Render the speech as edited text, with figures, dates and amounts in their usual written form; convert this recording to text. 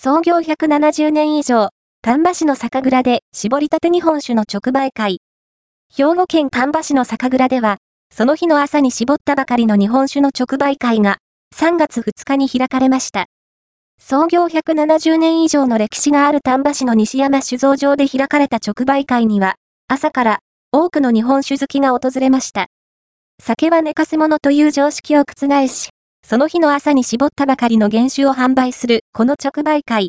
創業170年以上、丹波市の酒蔵で搾りたて日本酒の直売会。兵庫県丹波市の酒蔵では、その日の朝に搾ったばかりの日本酒の直売会が3月2日に開かれました。創業170年以上の歴史がある丹波市の西山酒造場で開かれた直売会には、朝から多くの日本酒好きが訪れました。酒は寝かせ物という常識を覆し、その日の朝に搾ったばかりの原酒を販売するこの直売会。